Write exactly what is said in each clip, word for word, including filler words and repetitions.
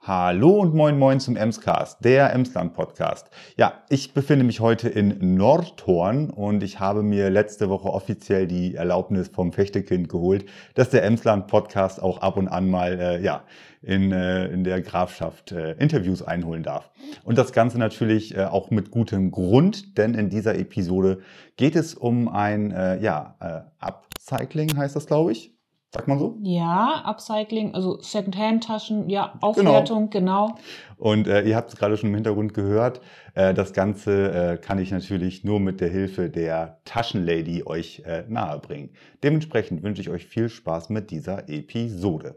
Hallo und moin moin zum Emscast, der Emsland-Podcast. Ja, ich befinde mich heute in Nordhorn und ich habe mir letzte Woche offiziell die Erlaubnis vom Fechtekind geholt, dass der Emsland-Podcast auch ab und an mal äh, ja, in, äh, in der Grafschaft äh, Interviews einholen darf. Und das Ganze natürlich äh, auch mit gutem Grund, denn in dieser Episode geht es um ein äh, ja, äh, Upcycling, heißt das, glaube ich. Sagt man so? Ja, Upcycling, also Secondhand-Taschen, ja, Aufwertung, genau. genau. Und äh, ihr habt es gerade schon im Hintergrund gehört, äh, das Ganze äh, kann ich natürlich nur mit der Hilfe der Taschenlady euch äh, nahebringen. Dementsprechend wünsche ich euch viel Spaß mit dieser Episode.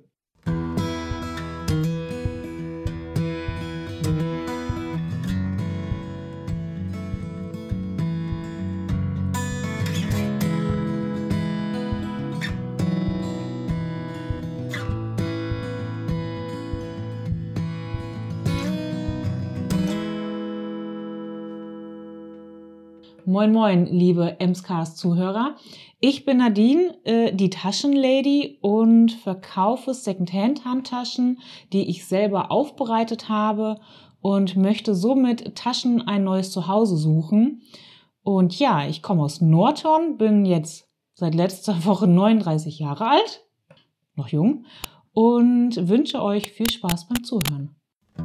Moin moin, liebe Emscast-Zuhörer. Ich bin Nadine, äh, die Taschenlady und verkaufe Secondhand-Handtaschen, die ich selber aufbereitet habe und möchte somit Taschen ein neues Zuhause suchen. Und ja, ich komme aus Nordhorn, bin jetzt seit letzter Woche neununddreißig Jahre alt, noch jung, und wünsche euch viel Spaß beim Zuhören.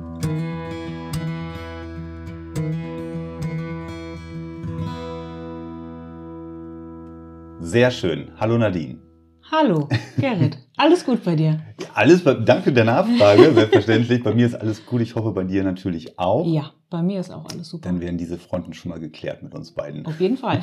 Sehr schön. Hallo Nadine. Hallo, Gerrit. Alles gut bei dir? Ja, alles, danke der Nachfrage, selbstverständlich. Bei mir ist alles gut. Ich hoffe, bei dir natürlich auch. Ja, bei mir ist auch alles super. Dann werden diese Fronten schon mal geklärt mit uns beiden. Auf jeden Fall.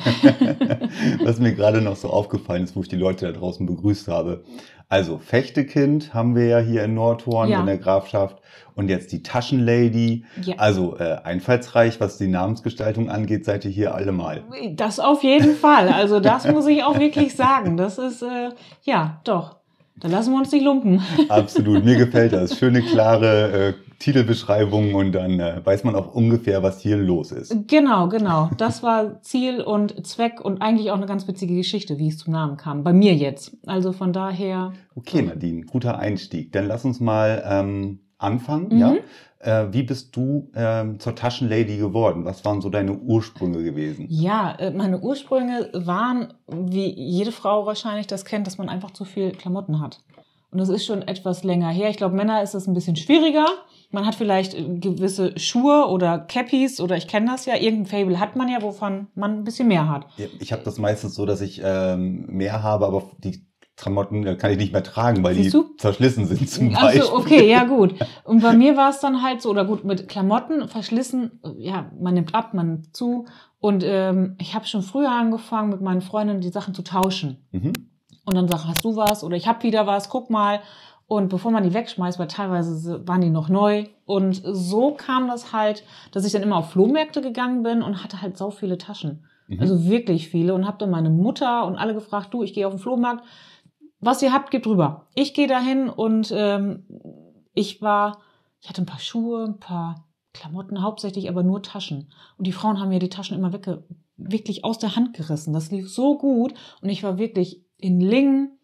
Was mir gerade noch so aufgefallen ist, wo ich die Leute da draußen begrüßt habe. Also Fechtekind haben wir ja hier in Nordhorn, ja, in der Grafschaft. Und jetzt die Taschenlady. Ja. Also äh, einfallsreich, was die Namensgestaltung angeht, seid ihr hier alle mal. Das auf jeden Fall. Also das muss ich auch wirklich sagen. Das ist, äh, ja, doch. Da lassen wir uns nicht lumpen. Absolut, mir gefällt das. Schöne, klare äh, Titelbeschreibung und dann äh, weiß man auch ungefähr, was hier los ist. Genau, genau. Das war Ziel und Zweck und eigentlich auch eine ganz witzige Geschichte, wie es zum Namen kam. Bei mir jetzt. Also von daher... Okay, Nadine, guter Einstieg. Dann lass uns mal ähm, anfangen. Mhm. Ja? Äh, wie bist du ähm, zur Taschenlady geworden? Was waren so deine Ursprünge gewesen? Ja, äh, meine Ursprünge waren, wie jede Frau wahrscheinlich das kennt, dass man einfach zu viel Klamotten hat. Und das ist schon etwas länger her. Ich glaube, Männer ist das ein bisschen schwieriger. Man hat vielleicht gewisse Schuhe oder Cappies oder ich kenne das ja. Irgendein Fable hat man ja, wovon man ein bisschen mehr hat. Ja, ich habe das meistens so, dass ich ähm, mehr habe, aber die Klamotten kann ich nicht mehr tragen, weil Siehst die du? zerschlissen sind zum Beispiel. Ach so, okay, ja gut. Und bei mir war es dann halt so, oder gut, mit Klamotten verschlissen, ja, man nimmt ab, man nimmt zu. Und ähm, ich habe schon früher angefangen, mit meinen Freundinnen die Sachen zu tauschen. Mhm. Und dann sag, hast du was? Oder ich habe wieder was, guck mal. Und bevor man die wegschmeißt, weil teilweise waren die noch neu. Und so kam das halt, dass ich dann immer auf Flohmärkte gegangen bin und hatte halt sau viele Taschen. Mhm. Also wirklich viele. Und habe dann meine Mutter und alle gefragt, du, ich gehe auf den Flohmarkt. Was ihr habt, gebt rüber. Ich gehe dahin und ähm, ich war, ich hatte ein paar Schuhe, ein paar Klamotten, hauptsächlich aber nur Taschen. Und die Frauen haben mir die Taschen immer wegge wirklich aus der Hand gerissen. Das lief so gut und ich war wirklich in Lingen,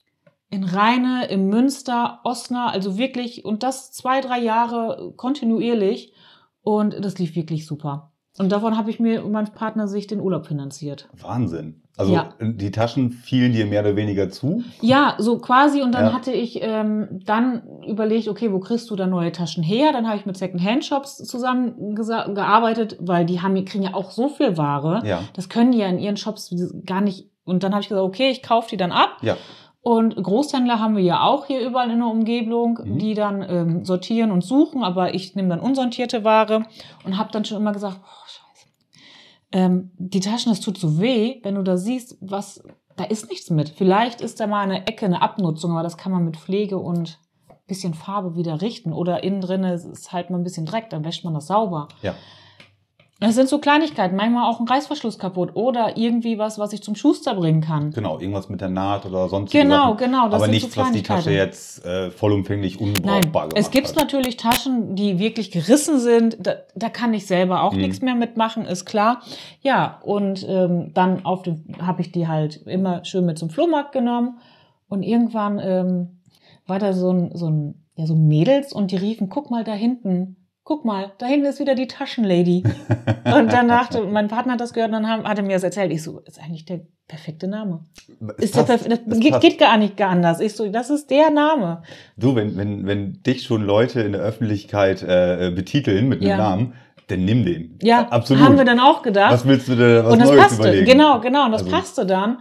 in Rheine, in Münster, Osnabrück, also wirklich und das zwei, drei Jahre kontinuierlich und das lief wirklich super. Und davon habe ich mir und mein Partner sich den Urlaub finanziert. Wahnsinn. Also ja. Die Taschen fielen dir mehr oder weniger zu? Ja, so quasi. Und dann ja. hatte ich ähm, dann überlegt, okay, wo kriegst du da neue Taschen her? Dann habe ich mit Second-Hand-Shops zusammengearbeitet, weil die haben, kriegen ja auch so viel Ware. Ja. Das können die ja in ihren Shops gar nicht. Und dann habe ich gesagt, okay, ich kaufe die dann ab. Ja. Und Großhändler haben wir ja auch hier überall in der Umgebung, mhm. die dann ähm, sortieren und suchen. Aber ich nehme dann unsortierte Ware und habe dann schon immer gesagt, oh, scheiße. Ähm, die Taschen, das tut so weh, wenn du da siehst, was, da ist nichts mit. Vielleicht ist da mal eine Ecke, eine Abnutzung, aber das kann man mit Pflege und bisschen Farbe wieder richten. Oder innen drin ist halt mal ein bisschen Dreck, dann wäscht man das sauber. Ja. Das sind so Kleinigkeiten, manchmal auch ein Reißverschluss kaputt oder irgendwie was, was ich zum Schuster bringen kann. Genau, irgendwas mit der Naht oder sonstige Genau, Sachen. genau. Das Aber sind nichts, so was die Tasche jetzt äh, vollumfänglich unbrauchbar Nein, gemacht es gibt hat. natürlich Taschen, die wirklich gerissen sind. Da, da kann ich selber auch Mhm. nichts mehr mitmachen, ist klar. Ja, und ähm, dann auf dem habe ich die halt immer schön mit zum Flohmarkt genommen. Und irgendwann ähm, war da so ein, so ein ja, so Mädels und die riefen, guck mal da hinten, guck mal, da hinten ist wieder die Taschenlady. Und dann dachte, mein Partner hat das gehört und dann haben, hat er mir das erzählt. Ich so, ist eigentlich der perfekte Name. Es ist passt, der perf- das geht, geht gar nicht gar anders. Ich so, das ist der Name. Du, wenn, wenn, wenn dich schon Leute in der Öffentlichkeit äh, betiteln mit einem Ja. Namen, dann nimm den. Ja, absolut. haben wir dann auch gedacht. Was willst du da was und das Neues passte, überlegen? genau, genau, und das Also- passte dann.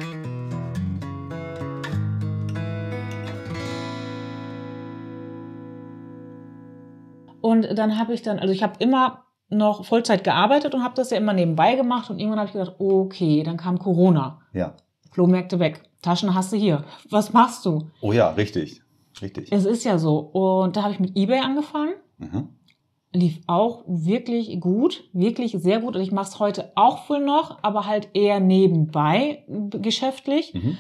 Und dann habe ich dann, also ich habe immer noch Vollzeit gearbeitet und habe das ja immer nebenbei gemacht und irgendwann habe ich gedacht, okay, dann kam Corona. Ja. Flohmärkte weg, Taschen hast du hier. Was machst du? Oh ja, richtig. Richtig. Es ist ja so. Und da habe ich mit eBay angefangen. Mhm. Lief auch wirklich gut, wirklich sehr gut. Und ich mache es heute auch wohl noch, aber halt eher nebenbei geschäftlich. Mhm.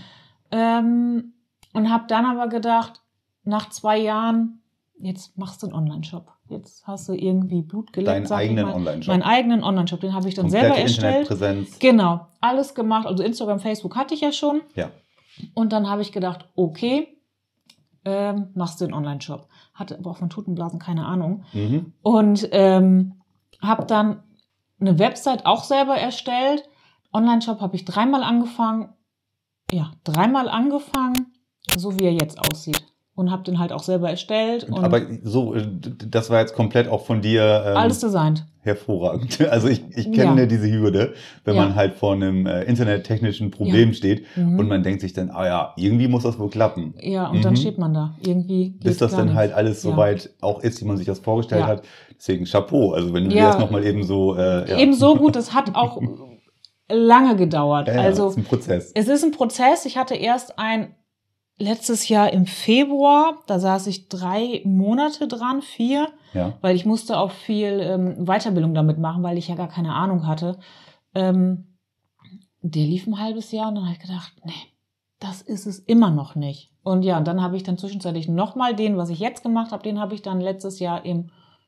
Ähm, und habe dann aber gedacht, nach zwei Jahren, jetzt machst du einen Online-Shop. Jetzt hast du irgendwie Blut geleckt. Deinen sag ich eigenen mal. Online-Shop. Meinen eigenen Online-Shop, den habe ich dann Komplette selber erstellt. Internetpräsenz. Genau, alles gemacht. Also Instagram, Facebook hatte ich ja schon. Ja. Und dann habe ich gedacht, okay, ähm, machst du einen Online-Shop. Hatte aber auch von Tutenblasen keine Ahnung. Mhm. Und ähm, habe dann eine Website auch selber erstellt. Online-Shop habe ich dreimal angefangen. Ja, dreimal angefangen, so wie er jetzt aussieht. Und habe den halt auch selber erstellt. Und Aber so, äh, das war jetzt komplett auch von dir ähm, alles designt. hervorragend. Also ich, ich kenne Ja. diese Hürde, wenn Ja. man halt vor einem äh, internettechnischen Problem Ja. steht Mhm. und man denkt sich dann, ah ja, irgendwie muss das wohl klappen. Ja, und Mhm. dann steht man da. Irgendwie Bis geht das gar dann nichts. halt alles Ja. soweit auch ist, wie man sich das vorgestellt Ja. hat. Deswegen Chapeau. Also wenn du Ja. dir das nochmal eben so... Äh, ja. Eben so gut, das hat auch lange gedauert. Ja, ja, also das ist ein Prozess. es ist ein Prozess. Ich hatte erst ein letztes Jahr im Februar, da saß ich drei Monate dran, vier, Ja. weil ich musste auch viel ähm, Weiterbildung damit machen, weil ich ja gar keine Ahnung hatte. Ähm, der lief ein halbes Jahr und dann habe ich gedacht, nee, das ist es immer noch nicht. Und ja, dann habe ich dann zwischenzeitlich nochmal den, was ich jetzt gemacht habe, den habe ich dann letztes Jahr im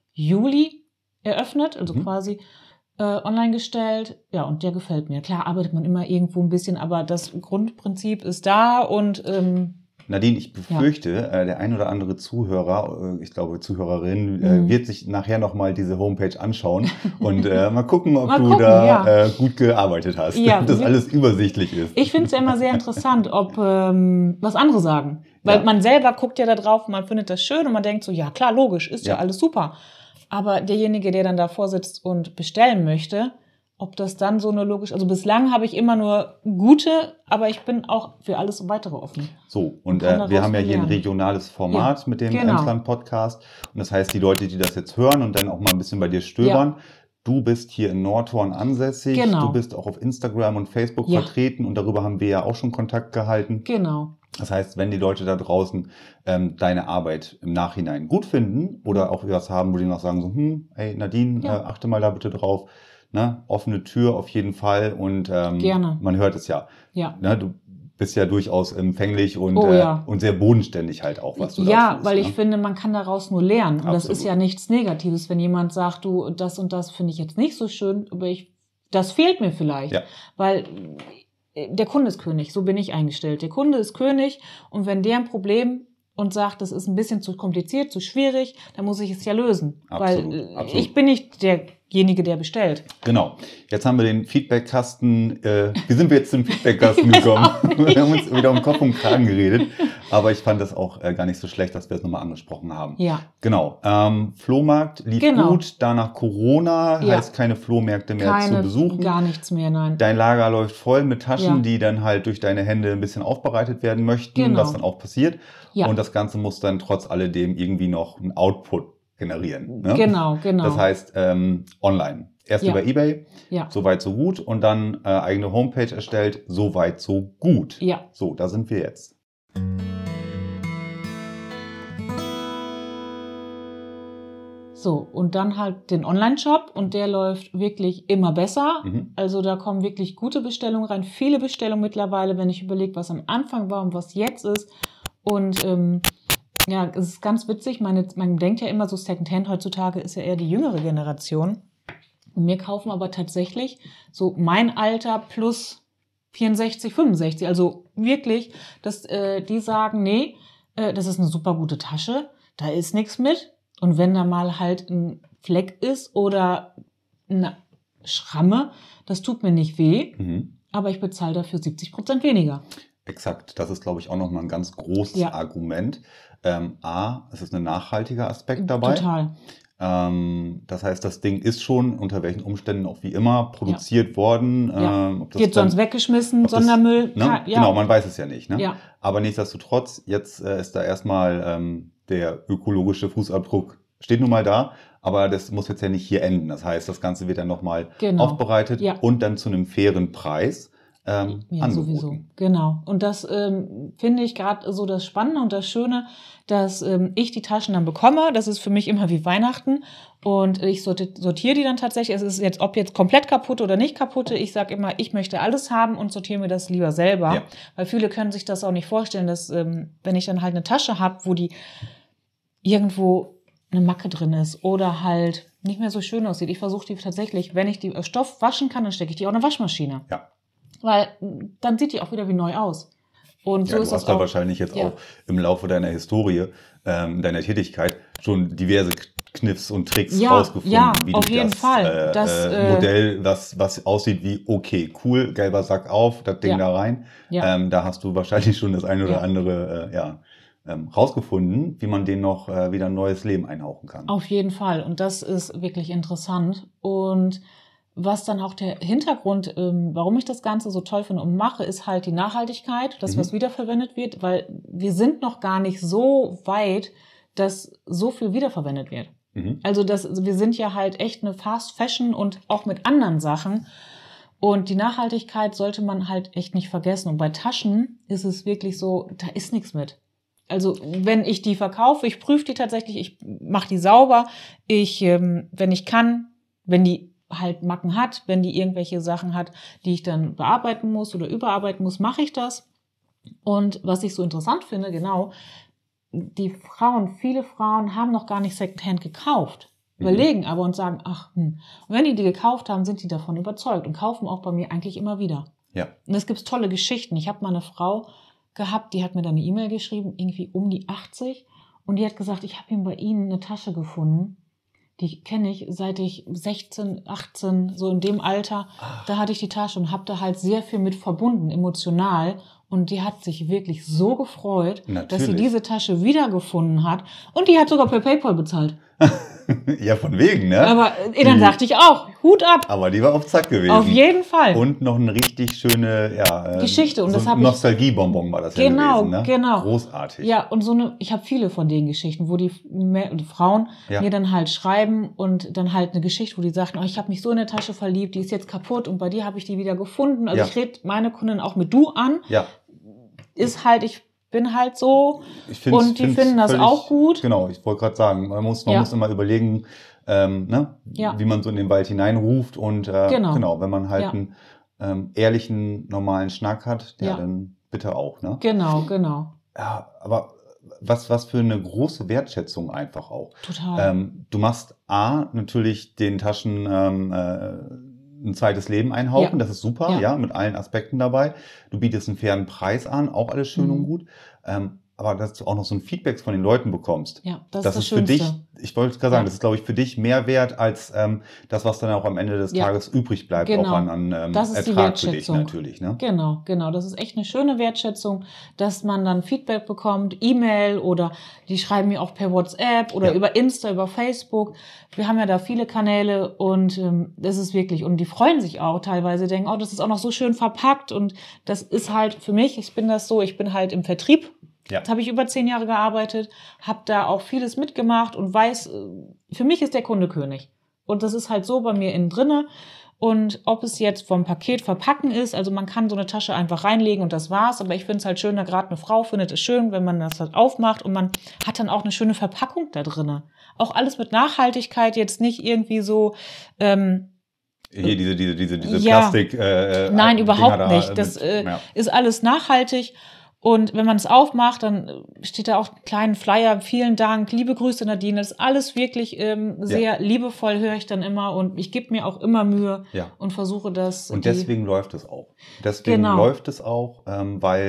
Juli eröffnet, also Mhm. quasi äh, online gestellt. Ja, und der gefällt mir. Klar arbeitet man immer irgendwo ein bisschen, aber das Grundprinzip ist da und ähm, Nadine, ich befürchte, äh, der ein oder andere Zuhörer, äh, ich glaube Zuhörerin, äh, Mhm. wird sich nachher nochmal diese Homepage anschauen und äh, mal gucken, ob Mal du gucken, da ja. äh, gut gearbeitet hast, Ja, dass wir- alles übersichtlich ist. ich finde es ja immer sehr interessant, ob ähm, was andere sagen. Weil Ja. man selber guckt ja da drauf und man findet das schön und man denkt so, ja klar, logisch, ist ja, Ja. alles super. Aber derjenige, der dann davor sitzt und bestellen möchte, ob das dann so eine logisch, also bislang habe ich immer nur gute, aber ich bin auch für alles weitere offen. So, und kann äh, wir daraus haben ja hier ein lernen. regionales Format Ja, mit dem genau. Emsland-Podcast. Und das heißt, die Leute, die das jetzt hören und dann auch mal ein bisschen bei dir stöbern, du bist hier in Nordhorn ansässig, Genau. du bist auch auf Instagram und Facebook Ja. vertreten und darüber haben wir ja auch schon Kontakt gehalten. Genau. Das heißt, wenn die Leute da draußen ähm, deine Arbeit im Nachhinein gut finden oder auch was haben, wo die noch sagen so, hm, ey Nadine, Ja. äh, achte mal da bitte drauf. Ne? Offene Tür auf jeden Fall und ähm, Gerne. man hört es ja. Ja. Ne? Du bist ja durchaus empfänglich und, Oh, äh, ja. und sehr bodenständig halt auch, was du da Ja, tust, weil ne? ich finde, man kann daraus nur lernen. Und das Absolut. ist ja nichts Negatives, wenn jemand sagt, du, das und das finde ich jetzt nicht so schön, aber ich, das fehlt mir vielleicht. Ja. Weil äh, der Kunde ist König, so bin ich eingestellt. Der Kunde ist König und wenn der ein Problem und sagt, das ist ein bisschen zu kompliziert, zu schwierig, dann muss ich es ja lösen. Absolut, weil äh, absolut. ich bin nicht derjenige, der bestellt. Genau. Jetzt haben wir den Feedbackkasten, äh, wie sind wir jetzt zum Feedbackkasten gekommen? Wir haben uns wieder um Kopf und Kragen geredet, aber ich fand das auch äh, gar nicht so schlecht, dass wir es nochmal angesprochen haben. Ja. Genau. Ähm, Flohmarkt lief Genau. gut, danach Corona, Ja. heißt keine Flohmärkte mehr Keine, zu besuchen. gar nichts mehr, nein. Dein Lager läuft voll mit Taschen, Ja. die dann halt durch deine Hände ein bisschen aufbereitet werden möchten, Genau. was dann auch passiert. Ja. Und das Ganze muss dann trotz alledem irgendwie noch einen Output generieren. Ne? Genau, genau. Das heißt, ähm, online. Erst Ja. über eBay, ja. so weit, so gut. Und dann äh, eigene Homepage erstellt, so weit, so gut. Ja. So, da sind wir jetzt. So, und dann halt den Online-Shop und der läuft wirklich immer besser. Mhm. Also da kommen wirklich gute Bestellungen rein, viele Bestellungen mittlerweile, wenn ich überlege, was am Anfang war und was jetzt ist. Und ähm, ja, es ist ganz witzig, meine, man denkt ja immer so, Secondhand heutzutage ist ja eher die jüngere Generation. Und mir kaufen aber tatsächlich so mein Alter plus vierundsechzig, fünfundsechzig, also wirklich, dass äh, die sagen, nee, äh, das ist eine super gute Tasche. da ist nichts mit. Und wenn da mal halt ein Fleck ist oder eine Schramme, das tut mir nicht weh, mhm. aber ich bezahle dafür siebzig Prozent weniger. Exakt, das ist, glaube ich, auch nochmal ein ganz großes ja. Argument. Ähm, A, es ist ein nachhaltiger Aspekt dabei. Total. Ähm, das heißt, das Ding ist schon unter welchen Umständen auch wie immer produziert ja. worden. Ja. Ähm, ob das Wird dann, sonst weggeschmissen, Sondermüll. Das, ne? ja. Genau, man weiß es ja nicht. Ne? Ja. Aber nichtsdestotrotz, jetzt äh, ist da erstmal ähm, der ökologische Fußabdruck, steht nun mal da. Aber das muss jetzt ja nicht hier enden. Das heißt, das Ganze wird dann nochmal genau. aufbereitet ja. und dann zu einem fairen Preis ähm, ja, angeboten. Sowieso. Genau. Und das ähm, finde ich gerade so das Spannende und das Schöne, dass ähm, ich die Taschen dann bekomme. Das ist für mich immer wie Weihnachten. Und ich sortiere die dann tatsächlich. Es ist jetzt, ob jetzt komplett kaputt oder nicht kaputt. Ich sage immer, ich möchte alles haben und sortiere mir das lieber selber. Ja. Weil viele können sich das auch nicht vorstellen, dass ähm, wenn ich dann halt eine Tasche habe, wo die irgendwo eine Macke drin ist oder halt nicht mehr so schön aussieht. Ich versuche die tatsächlich, wenn ich die Stoff waschen kann, dann stecke ich die auch in eine Waschmaschine. Ja. Weil dann sieht die auch wieder wie neu aus. Und so ja, ist du hast das da auch, wahrscheinlich jetzt ja. auch im Laufe deiner Historie, ähm, deiner Tätigkeit schon diverse Kniffs und Tricks ja, rausgefunden, ja, wie auf du jeden das, Fall. Äh, das äh, Modell, was, was aussieht wie, okay, cool, gelber Sack auf, das Ding ja. da rein. Ja. Ähm, da hast du wahrscheinlich schon das eine oder ja. andere äh, ja, ähm, rausgefunden, wie man denen noch äh, wieder ein neues Leben einhauchen kann. Auf jeden Fall. Und das ist wirklich interessant. Und was dann auch der Hintergrund, ähm, warum ich das Ganze so toll finde und mache, ist halt die Nachhaltigkeit, das, mhm. was wiederverwendet wird, weil wir sind noch gar nicht so weit, dass so viel wiederverwendet wird. Mhm. Also das, wir sind ja halt echt eine Fast Fashion und auch mit anderen Sachen. Und die Nachhaltigkeit sollte man halt echt nicht vergessen. Und bei Taschen ist es wirklich so, da ist nichts mit. Also wenn ich die verkaufe, ich prüfe die tatsächlich, ich mache die sauber, ich, ähm, wenn ich kann, wenn die halt Macken hat, wenn die irgendwelche Sachen hat, die ich dann bearbeiten muss oder überarbeiten muss, mache ich das. Und was ich so interessant finde, genau, die Frauen, viele Frauen haben noch gar nicht Secondhand gekauft, mhm. überlegen aber und sagen, ach, hm. Und wenn die die gekauft haben, sind die davon überzeugt und kaufen auch bei mir eigentlich immer wieder. Ja. Und es gibt tolle Geschichten. Ich habe mal eine Frau gehabt, die hat mir dann eine E-Mail geschrieben, irgendwie um die achtzig, und die hat gesagt, ich habe ihm bei Ihnen eine Tasche gefunden. Die kenne ich seit ich sechzehn, achtzehn, so in dem Alter. Ach. Da hatte ich die Tasche und habe da halt sehr viel mit verbunden, emotional. Und die hat sich wirklich so gefreut, Natürlich. dass sie diese Tasche wiedergefunden hat. Und die hat sogar per PayPal bezahlt. Ja, von wegen, ne? Aber äh, dann sagte ich auch, Hut ab. Aber die war auf Zack gewesen. Auf jeden Fall. Und noch eine richtig schöne ja, Geschichte. Und so das habe Nostalgiebonbon war das genau, ja gewesen, ne? Genau, Großartig. Ja, und so eine, ich habe viele von den Geschichten, wo die, die Frauen ja. mir dann halt schreiben und dann halt eine Geschichte, wo die sagen, oh, ich habe mich so in eine Tasche verliebt, die ist jetzt kaputt und bei dir habe ich die wieder gefunden. Also ja. ich rede meine Kunden auch mit du an. Ja. Ist halt, ich bin halt so ich und die finden das völlig, auch gut. Genau, ich wollte gerade sagen, man muss, man ja. muss immer überlegen, ähm, ne, ja. wie man so in den Wald hineinruft und äh, genau. genau, wenn man halt ja. einen ähm, ehrlichen, normalen Schnack hat, ja, ja. dann bitte auch. Ne? Genau, genau. Ja, aber was, was für eine große Wertschätzung einfach auch. Total. Ähm, du machst A, natürlich den Taschen ähm, äh, ein zweites Leben einhauchen, ja. das ist super, ja. ja, mit allen Aspekten dabei. Du bietest einen fairen Preis an, auch alles schön mhm. und gut. Ähm, aber dass du auch noch so ein Feedback von den Leuten bekommst. Ja, das, das ist das ist für dich, Schönste. ich wollte gerade sagen, ja. das ist, glaube ich, für dich mehr wert als ähm, das, was dann auch am Ende des ja. Tages übrig bleibt, genau. auch an, an ähm, das ist Ertrag die für dich natürlich. Ne? Genau, genau. Das ist echt eine schöne Wertschätzung, dass man dann Feedback bekommt, E-Mail oder die schreiben mir auch per WhatsApp oder ja. über Insta, über Facebook. Wir haben ja da viele Kanäle und ähm, das ist wirklich, und die freuen sich auch teilweise, denken, oh, das ist auch noch so schön verpackt und das ist halt für mich, ich bin das so, ich bin halt im Vertrieb. Ja. Jetzt habe ich über zehn Jahre gearbeitet, habe da auch vieles mitgemacht und weiß, für mich ist der Kunde König. Und das ist halt so bei mir innen drinne. Und ob es jetzt vom Paket verpacken ist, also man kann so eine Tasche einfach reinlegen und das war's. Aber ich finde es halt schön, da gerade eine Frau findet es schön, wenn man das halt aufmacht und man hat dann auch eine schöne Verpackung da drinne. Auch alles mit Nachhaltigkeit, jetzt nicht irgendwie so... Ähm, Hier diese, diese, diese, diese ja, Plastik... Äh, nein, überhaupt da nicht. Das mit, äh, ja. ist alles nachhaltig. Und wenn man es aufmacht, dann steht da auch einen kleinen Flyer, vielen Dank, liebe Grüße Nadine, das ist alles wirklich ähm, sehr ja. liebevoll, höre ich dann immer und ich gebe mir auch immer Mühe ja. und versuche das. Und deswegen läuft es auch. Deswegen genau. läuft es auch, ähm, weil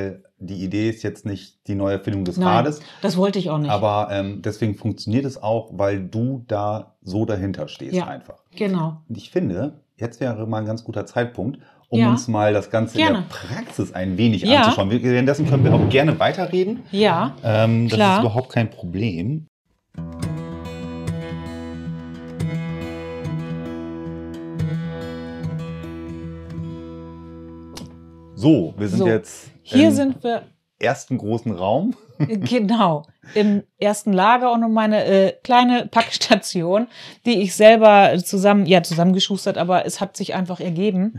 die Idee ist jetzt nicht die neue Erfindung des Nein, Rades. Das wollte ich auch nicht. Aber ähm, deswegen funktioniert es auch, weil du da so dahinter stehst ja, einfach. Genau. Und ich finde, jetzt wäre mal ein ganz guter Zeitpunkt, um ja. uns mal das Ganze gerne. in der Praxis ein wenig ja. anzuschauen. Währenddessen können wir auch gerne weiterreden. Ja, ähm, das klar. ist überhaupt kein Problem. So, wir sind so. jetzt Hier im sind wir ersten großen Raum. Genau, im ersten Lager und um meine äh, kleine Packstation, die ich selber zusammen, ja, zusammengeschustert, aber es hat sich einfach ergeben.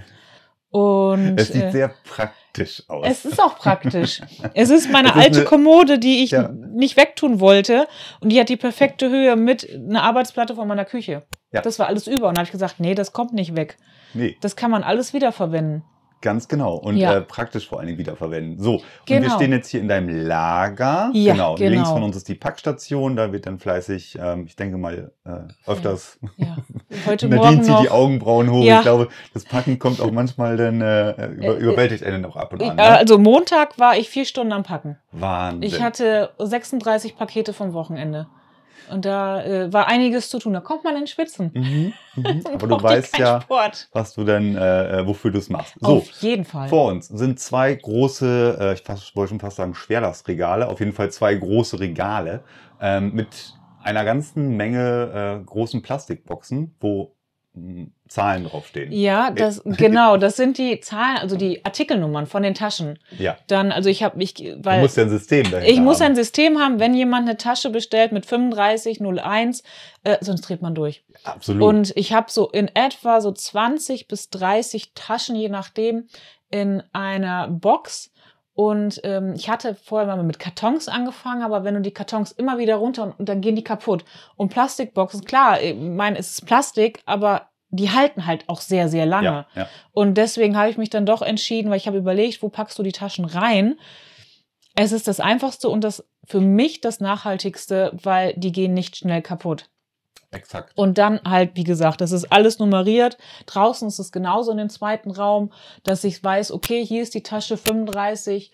Und es sieht äh, sehr praktisch aus. Es ist auch praktisch. Es ist meine Es ist alte eine, Kommode, die ich ja. nicht wegtun wollte. Und die hat die perfekte Höhe mit einer Arbeitsplatte von meiner Küche. Ja. Das war alles über. Und da habe ich gesagt, nee, das kommt nicht weg. Nee. Das kann man alles wiederverwenden. Ganz genau. Und ja. äh, praktisch vor allen Dingen wiederverwenden. So, genau. Und wir stehen jetzt hier in deinem Lager. Ja, genau. genau. Links von uns ist die Packstation. Da wird dann fleißig, ähm, ich denke mal, äh, öfters. Ja. Ja. Heute Nadine Morgen zieht noch. die Augenbrauen hoch. Ja. Ich glaube, das Packen kommt auch manchmal dann, äh, über, überwältigt einen noch ab und an. Ne? Also Montag war ich vier Stunden am Packen. Wahnsinn. Ich hatte sechsunddreißig Pakete vom Wochenende. Und da äh, war einiges zu tun. Da kommt man in Schwitzen. Mhm, mhm. Aber du weißt ja, Sport. was du dann, äh, wofür du es machst. So, auf jeden Fall. Vor uns sind zwei große, äh, ich fast, wollte schon fast sagen Schwerlastregale, auf jeden Fall zwei große Regale ähm, mit einer ganzen Menge äh, großen Plastikboxen, wo mh, Zahlen draufstehen. Ja, das genau, das sind die Zahlen, also die Artikelnummern von den Taschen. Ja. Dann, also ich habe mich, weil du musst ja ein System dahinter ich muss haben. ein System haben, wenn jemand eine Tasche bestellt mit fünfunddreißig null eins, äh, sonst dreht man durch. Absolut. Und ich habe so in etwa so zwanzig bis dreißig Taschen, je nachdem, in einer Box. Und ähm, ich hatte vorher mal mit Kartons angefangen, aber wenn du die Kartons immer wieder runter und, und dann gehen die kaputt. Und Plastikboxen, klar, ich meine, es ist Plastik, aber die halten halt auch sehr, sehr lange. Ja, ja. Und deswegen habe ich mich dann doch entschieden, weil ich habe überlegt, wo packst du die Taschen rein? Es ist das Einfachste und das für mich das Nachhaltigste, weil die gehen nicht schnell kaputt. Exakt. Und dann halt, wie gesagt, das ist alles nummeriert. Draußen ist es genauso in dem zweiten Raum, dass ich weiß, okay, hier ist die Tasche fünfunddreißig,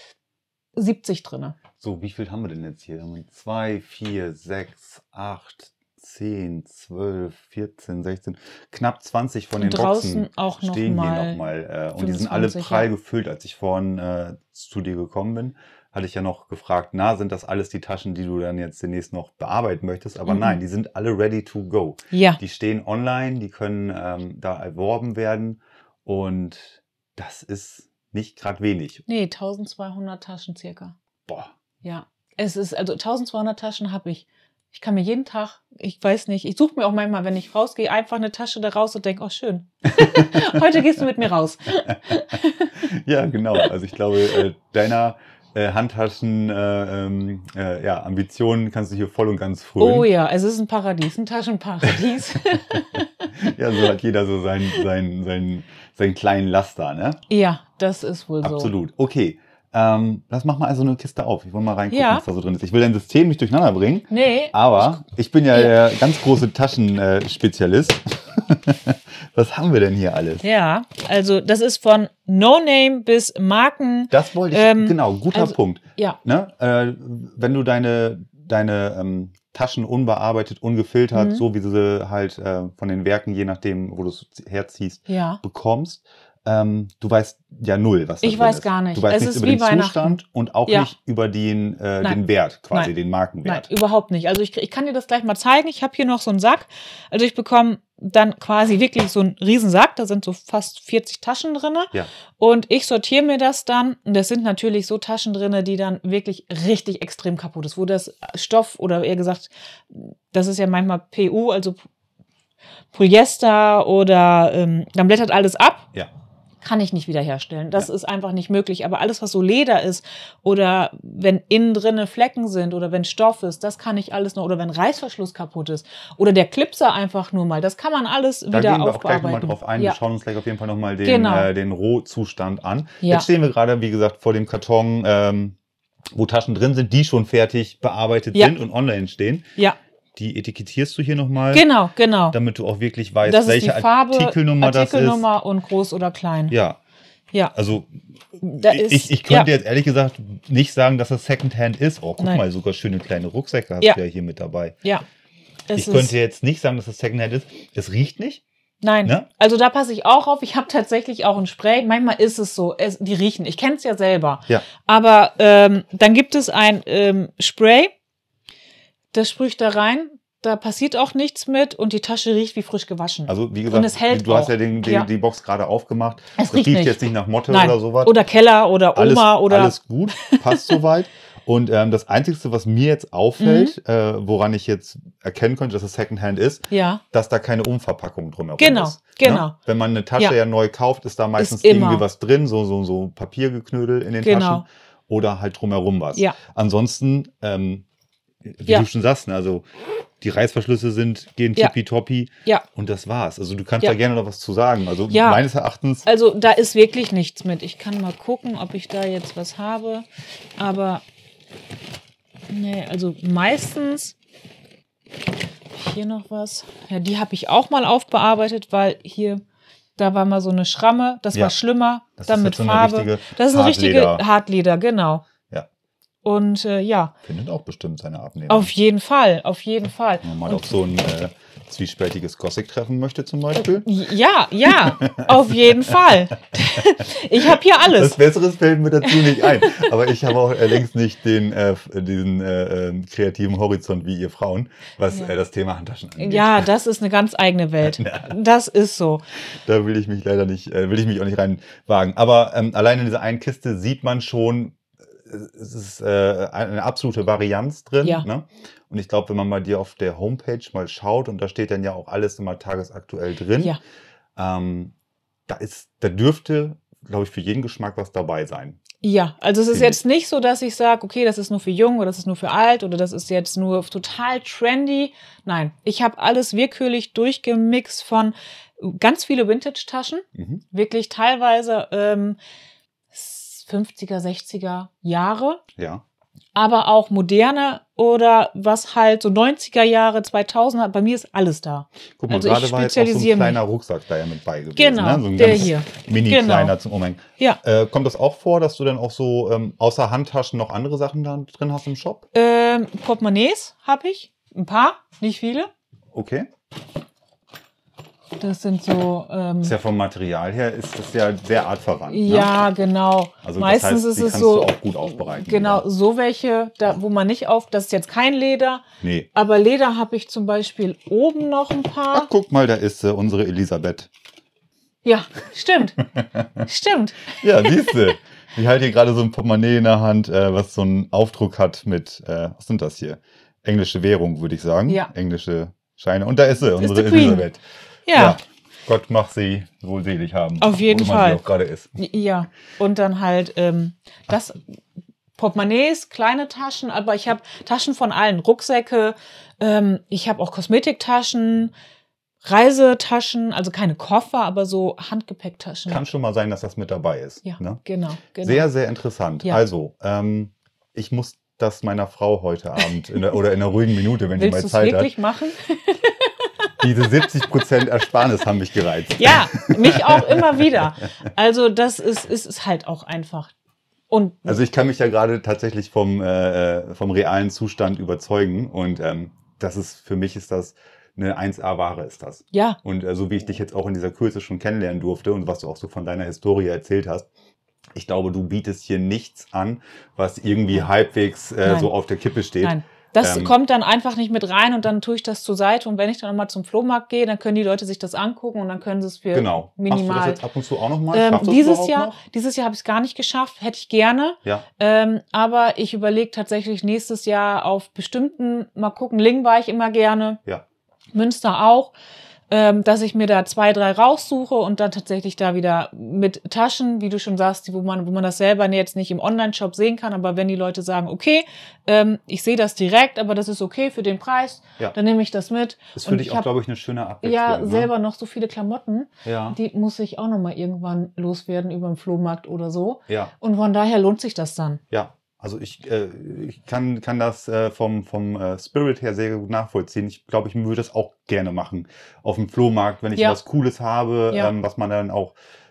siebzig drinne. So, wie viel haben wir denn jetzt hier? Zwei, vier, sechs, acht, zehn, zwölf, vierzehn, sechzehn, knapp zwanzig von den draußen Boxen auch noch stehen mal hier nochmal. Äh, und die sind alle prall ja. gefüllt. Als ich vorhin äh, zu dir gekommen bin, hatte ich ja noch gefragt, na, sind das alles die Taschen, die du dann jetzt demnächst noch bearbeiten möchtest? Aber mhm. nein, die sind alle ready to go. Ja. Die stehen online, die können ähm, da erworben werden und das ist nicht gerade wenig. Nee, eintausendzweihundert Taschen circa. Boah. Ja, es ist, also eintausendzweihundert Taschen habe ich. Ich kann mir jeden Tag, ich weiß nicht, ich suche mir auch manchmal, wenn ich rausgehe, einfach eine Tasche da raus und denke, oh schön, heute gehst du mit mir raus. Ja, genau. Also ich glaube, äh, deiner äh, Handtaschen, äh, äh, ja, Ambitionen kannst du hier voll und ganz frönen. Oh ja, es ist ein Paradies, ein Taschenparadies. Ja, so hat jeder so seinen, seinen, seinen, seinen kleinen Laster, ne? Ja, das ist wohl so. Absolut. Okay. Ähm, lass mach mal also eine Kiste auf. Ich will mal reingucken, ja. was da so drin ist. Ich will dein System nicht durcheinander bringen. Nee. Aber ich, ich bin ja, ja der ganz große Taschenspezialist. Was haben wir denn hier alles? Ja, also das ist von No-Name bis Marken. Das wollte ich, ähm, genau, guter also, Punkt. Ja. Ne? Äh, wenn du deine, deine ähm, Taschen unbearbeitet, ungefiltert, mhm. so wie du sie halt äh, von den Werken, je nachdem, wo du es herziehst, ja. bekommst, Ähm, du weißt ja null, was da Ich drin weiß ist. gar nicht. Du weißt es nichts ist über wie den Zustand und auch ja. nicht über den, äh, den Wert, quasi Nein. den Markenwert. Nein, überhaupt nicht. Also ich, ich kann dir das gleich mal zeigen. Ich habe hier noch so einen Sack. Also ich bekomme dann quasi wirklich so einen Riesensack. Da sind so fast vierzig Taschen drin. Ja. Und ich sortiere mir das dann. Und das sind natürlich so Taschen drin, die dann wirklich richtig extrem kaputt ist. Wo das Stoff oder eher gesagt, das ist ja manchmal P U, also Polyester oder ähm, dann blättert alles ab. Ja. Kann ich nicht wiederherstellen. Das ja. ist einfach nicht möglich. Aber alles, was so Leder ist oder wenn innen drinne Flecken sind oder wenn Stoff ist, das kann ich alles noch. Oder wenn Reißverschluss kaputt ist oder der Clipser einfach nur mal, das kann man alles da wieder aufbearbeiten. Da gehen wir auch gleich aufbearbeiten. nochmal drauf ein. Ja. Wir schauen uns gleich auf jeden Fall nochmal den, genau. äh, den Rohzustand an. Ja. Jetzt stehen wir gerade, wie gesagt, vor dem Karton, ähm, wo Taschen drin sind, die schon fertig bearbeitet ja. sind und online stehen. Ja. Die etikettierst du hier nochmal. Genau, genau. Damit du auch wirklich weißt, das welche ist die Farbe, Artikelnummer, Artikelnummer das ist. und groß oder klein. Ja. Ja. Also da ist, ich, ich könnte ja. jetzt ehrlich gesagt nicht sagen, dass das Secondhand ist. Oh, guck Nein. mal, sogar schöne kleine Rucksäcke hast ja. du ja hier mit dabei. Ja. Es ich könnte jetzt nicht sagen, dass das Secondhand ist. Es riecht nicht. Nein, ne? Also da passe ich auch auf. Ich habe tatsächlich auch ein Spray. Manchmal ist es so, es, die riechen. Ich kenne es ja selber. Ja. Aber ähm, dann gibt es ein ähm, Spray, das sprühe ich da rein. Da passiert auch nichts mit und die Tasche riecht wie frisch gewaschen. Also wie gesagt, und es hält du auch. hast ja, den, den, ja. die Box gerade aufgemacht. Es das riecht riecht nicht. jetzt nicht nach Motte Nein. oder sowas. Oder Keller oder Oma alles, oder... Alles gut, passt soweit. Und ähm, das Einzige, was mir jetzt auffällt, mhm. äh, woran ich jetzt erkennen könnte, dass es Secondhand ist, ja. dass da keine Umverpackung drumherum genau, ist. Genau, ne? Wenn man eine Tasche ja. ja neu kauft, ist da meistens ist irgendwie was drin, so, so, so Papiergeknödel in den genau. Taschen oder halt drumherum was. Ja. Ansonsten, ähm, wie ja. du schon sagst, ne, also die Reißverschlüsse sind, gehen ja. tippitoppi ja. und das war's. Also du kannst ja. da gerne noch was zu sagen. Also ja. meines Erachtens... Also da ist wirklich nichts mit. Ich kann mal gucken, ob ich da jetzt was habe. Aber nee, also meistens... Hier noch was. Ja, die habe ich auch mal aufbearbeitet, weil hier... Da war mal so eine Schramme, das ja. war schlimmer. Das dann ist mit so Farbe. Das ist eine richtige Hartleder, genau. Ja. Und äh, ja. Findet auch bestimmt seine Abnehmer. Auf jeden Fall, auf jeden Fall. Wenn man mal auf so ein äh, zwiespältiges Gothic treffen möchte zum Beispiel. Ja, ja, auf jeden Fall. Ich habe hier alles. Was Besseres fällt mir dazu nicht ein. Aber ich habe auch äh, längst nicht den, äh, diesen äh, äh, kreativen Horizont wie ihr Frauen, was ja. äh, das Thema Handtaschen angeht. Ja, das ist eine ganz eigene Welt. Das ist so. Da will ich mich leider nicht, äh, will ich mich auch nicht reinwagen. Aber ähm, allein in dieser einen Kiste sieht man schon, es ist äh, eine absolute Varianz drin. Ja. Ne? Und ich glaube, wenn man mal dir auf der Homepage mal schaut, und da steht dann ja auch alles immer tagesaktuell drin, ja. ähm, da ist, da dürfte, glaube ich, für jeden Geschmack was dabei sein. Ja, also es ist jetzt nicht so, dass ich sage, okay, das ist nur für jung oder das ist nur für alt oder das ist jetzt nur total trendy. Nein, ich habe alles willkürlich durchgemixt von ganz viele Vintage-Taschen, mhm. wirklich teilweise ähm, fünfziger, sechziger Jahre. Ja. Aber auch moderne oder was halt so neunziger Jahre, zweitausender, bei mir ist alles da. Guck mal, also gerade ich war jetzt auch so ein kleiner mich. Rucksack da ja mit bei gewesen. Genau, ne? So ein der ganz hier. mini-kleiner genau. zum Umhängen. Ja. Äh, kommt das auch vor, dass du dann auch so ähm, außer Handtaschen noch andere Sachen da drin hast im Shop? Ähm, Portemonnaies habe ich, ein paar, nicht viele. Okay. Das sind so... Ähm, ist ja vom Material her, ist das ja sehr artverwandt. Ja, ne? genau. Also meistens das heißt, ist es kannst so... du auch gut aufbereiten. Genau, oder? so welche, da, wo man nicht auf... Das ist jetzt kein Leder. Nee. Aber Leder habe ich zum Beispiel oben noch ein paar. Ach, guck mal, da ist äh, unsere Elisabeth. Ja, stimmt. Stimmt. Ja, siehst du. Ich halte hier gerade so ein Portemonnaie in der Hand, äh, was so einen Aufdruck hat mit, äh, was sind das hier? Englische Währung, würde ich sagen. Ja. Englische Scheine. Und da ist sie, das unsere ist Elisabeth. Ja. ja. Gott mach sie wohlselig haben. Auf jeden wo immer Fall. sie auch gerade ist. Ja. Und dann halt ähm, das Portemonnaies, kleine Taschen, aber ich habe Taschen von allen. Rucksäcke, ähm, ich habe auch Kosmetiktaschen, Reisetaschen, also keine Koffer, aber so Handgepäcktaschen. Kann schon mal sein, dass das mit dabei ist. Ja, ne? genau, genau. Sehr, sehr interessant. Ja. Also, ähm, ich muss das meiner Frau heute Abend in der, oder in einer ruhigen Minute, wenn Willst die mal Zeit hat. Willst du es wirklich machen? Diese siebzig Prozent Ersparnis haben mich gereizt. Ja, mich auch immer wieder. Also das ist, ist, ist halt auch einfach. Und also ich kann mich ja gerade tatsächlich vom, äh, vom realen Zustand überzeugen. Und ähm, das ist, für mich ist das eine eins A-Ware ist das. Ja. Und äh, so wie ich dich jetzt auch in dieser Kürze schon kennenlernen durfte und was du auch so von deiner Historie erzählt hast, ich glaube, du bietest hier nichts an, was irgendwie Nein. halbwegs äh, so auf der Kippe steht. Nein. Das ähm, kommt dann einfach nicht mit rein und dann tue ich das zur Seite. Und wenn ich dann nochmal zum Flohmarkt gehe, dann können die Leute sich das angucken und dann können sie es für genau. minimal. Machst du das jetzt ab und zu auch nochmal? Ähm, Schaffst du dieses das Jahr, noch? dieses Jahr habe ich es gar nicht geschafft, hätte ich gerne. Ja. Ähm, aber ich überlege tatsächlich nächstes Jahr auf bestimmten, mal gucken, Lingen war ich immer gerne. Ja. Münster auch. Ähm, dass ich mir da zwei, drei raussuche und dann tatsächlich da wieder mit Taschen, wie du schon sagst, wo man, wo man das selber jetzt nicht im Online-Shop sehen kann, aber wenn die Leute sagen, okay, ähm, ich sehe das direkt, aber das ist okay für den Preis, ja. dann nehme ich das mit. Das finde ich auch, glaube ich, eine schöne Abwechslung. Ja, ne? selber noch so viele Klamotten, ja. die muss ich auch nochmal irgendwann loswerden über den Flohmarkt oder so. Ja. Und von daher lohnt sich das dann. Ja. Also ich, äh, ich kann, kann das äh, vom, vom äh, Spirit her sehr gut nachvollziehen. Ich glaube, ich würde das auch gerne machen auf dem Flohmarkt, wenn ich ja. was Cooles habe, ja. ähm, was man dann auch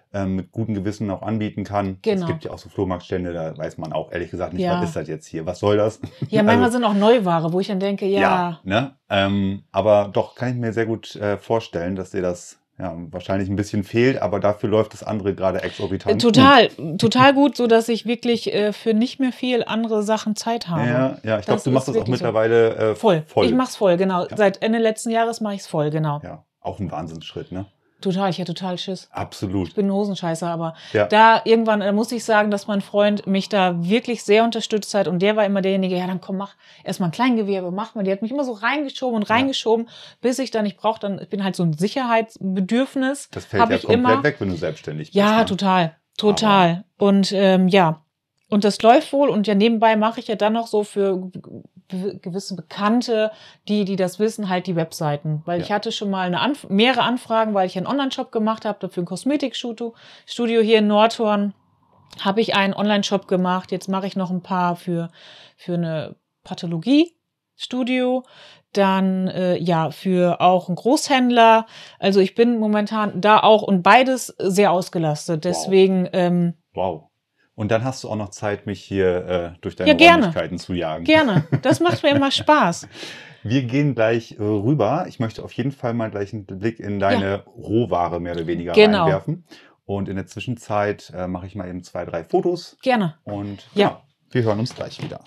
ähm, mit gutem Gewissen auch anbieten kann. Genau. Es gibt ja auch so Flohmarktstände, da weiß man auch ehrlich gesagt nicht, Ja. was ist das jetzt hier, was soll das? Ja, manchmal Also, sind auch Neuware, wo ich dann denke, ja. ja, ne? Ähm, aber doch, kann ich mir sehr gut äh, vorstellen, dass dir das ja, wahrscheinlich ein bisschen fehlt, aber dafür läuft das andere gerade exorbitant. Total, gut. total gut, so dass ich wirklich äh, für nicht mehr viel andere Sachen Zeit habe. Ja, ja, ich glaube, du machst das auch mittlerweile so. äh, voll. voll. Ich mach's voll, genau. Ja. Seit Ende letzten Jahres mache ich es voll, genau. Ja, auch ein Wahnsinnsschritt, ne? Total, ich hätte total Schiss. Absolut. Ich bin ein Hosenscheißer, aber ja. da irgendwann äh, muss ich sagen, dass mein Freund mich da wirklich sehr unterstützt hat und der war immer derjenige, ja dann komm, mach erstmal ein Kleingewerbe, mach mal. Die hat mich immer so reingeschoben und reingeschoben, ja. bis ich dann, ich brauche dann, ich bin halt so ein Sicherheitsbedürfnis. Das fällt ja ich komplett immer. weg, wenn du selbstständig bist. Ja, ne? total, total. Aber. Und ähm, ja, und das läuft wohl und ja nebenbei mache ich ja dann noch so für gewisse Bekannte, die, die das wissen, halt die Webseiten. Weil ja. ich hatte schon mal eine Anf- mehrere Anfragen, weil ich einen Online-Shop gemacht habe, dafür ein Kosmetikstudio Studio hier in Nordhorn. Habe ich einen Online-Shop gemacht. Jetzt mache ich noch ein paar für, für eine Pathologie-Studio. Dann äh, ja für auch einen Großhändler. Also ich bin momentan da auch und beides sehr ausgelastet. Deswegen Wow. Ähm, wow. Und dann hast du auch noch Zeit, mich hier äh, durch deine ja, gerne. Räumlichkeiten zu jagen. Gerne, das macht mir immer Spaß. Wir gehen gleich äh, rüber. Ich möchte auf jeden Fall mal gleich einen Blick in deine ja. Rohware mehr oder weniger genau. reinwerfen. Und in der Zwischenzeit äh, mache ich mal eben zwei, drei Fotos. Gerne. Und ja, genau, wir hören uns gleich wieder.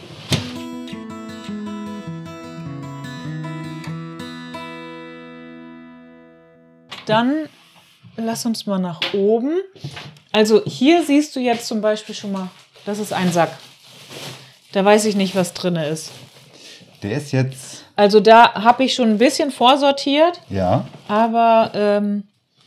Dann lass uns mal nach oben. Also hier siehst du jetzt zum Beispiel schon mal, das ist ein Sack. Da weiß ich nicht, was drin ist. Der ist jetzt... Also da habe ich schon ein bisschen vorsortiert. Ja. Aber ähm,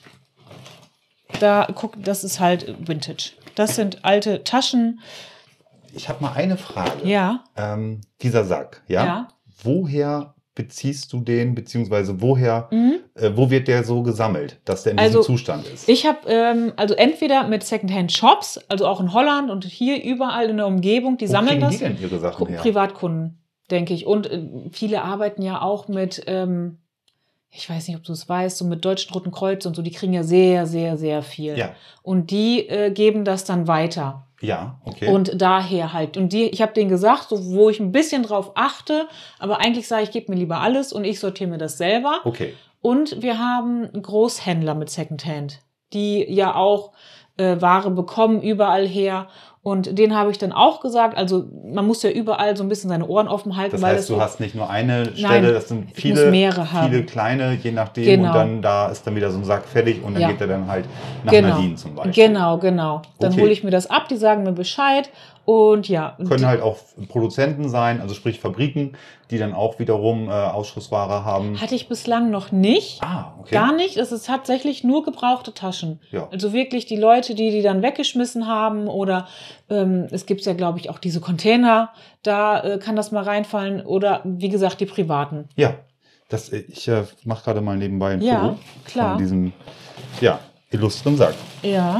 da, guck, das ist halt Vintage. Das sind alte Taschen. Ich habe mal eine Frage. Ja. Ähm, dieser Sack, ja? Ja. Woher beziehst du den, beziehungsweise woher, mhm. äh, wo wird der so gesammelt, dass der in also, diesem Zustand ist? Ich habe, ähm, also entweder mit Secondhand-Shops, also auch in Holland und hier überall in der Umgebung, die wo sammeln das. Wo kriegen die denn ihre Sachen her? Privatkunden, denke ich. Und äh, viele arbeiten ja auch mit, ähm, ich weiß nicht, ob du es weißt, so mit Deutschen Roten Kreuz und so, die kriegen ja sehr, sehr, sehr viel. Ja. Und die äh, geben das dann weiter. Ja, okay. Und daher halt. Und die, ich habe denen gesagt, so, wo ich ein bisschen drauf achte, aber eigentlich sage ich, gebe mir lieber alles und ich sortiere mir das selber. Okay. Und wir haben Großhändler mit Secondhand, die ja auch äh, Ware bekommen, überall her. Und denen habe ich dann auch gesagt, also man muss ja überall so ein bisschen seine Ohren offen halten. Das weil heißt, das du so, hast nicht nur eine Stelle, nein, das sind ich muss viele, mehrere haben. viele kleine, je nachdem. Genau. Und dann da ist dann wieder so ein Sack fertig und dann Ja. geht er dann halt nach Genau. Nadine zum Beispiel. Genau, genau. Dann Okay. hole ich mir das ab, die sagen mir Bescheid. Und ja. Können die, halt auch Produzenten sein, also sprich Fabriken, die dann auch wiederum äh, Ausschussware haben. Hatte ich bislang noch nicht. Ah, okay. Gar nicht. Es ist tatsächlich nur gebrauchte Taschen. Ja. Also wirklich die Leute, die die dann weggeschmissen haben oder ähm, es gibt ja, glaube ich, auch diese Container, da äh, kann das mal reinfallen oder wie gesagt, die privaten. Ja, das, ich äh, mache gerade mal nebenbei ein Ja, Foto klar. von diesem ja, illustren Sack. Ja.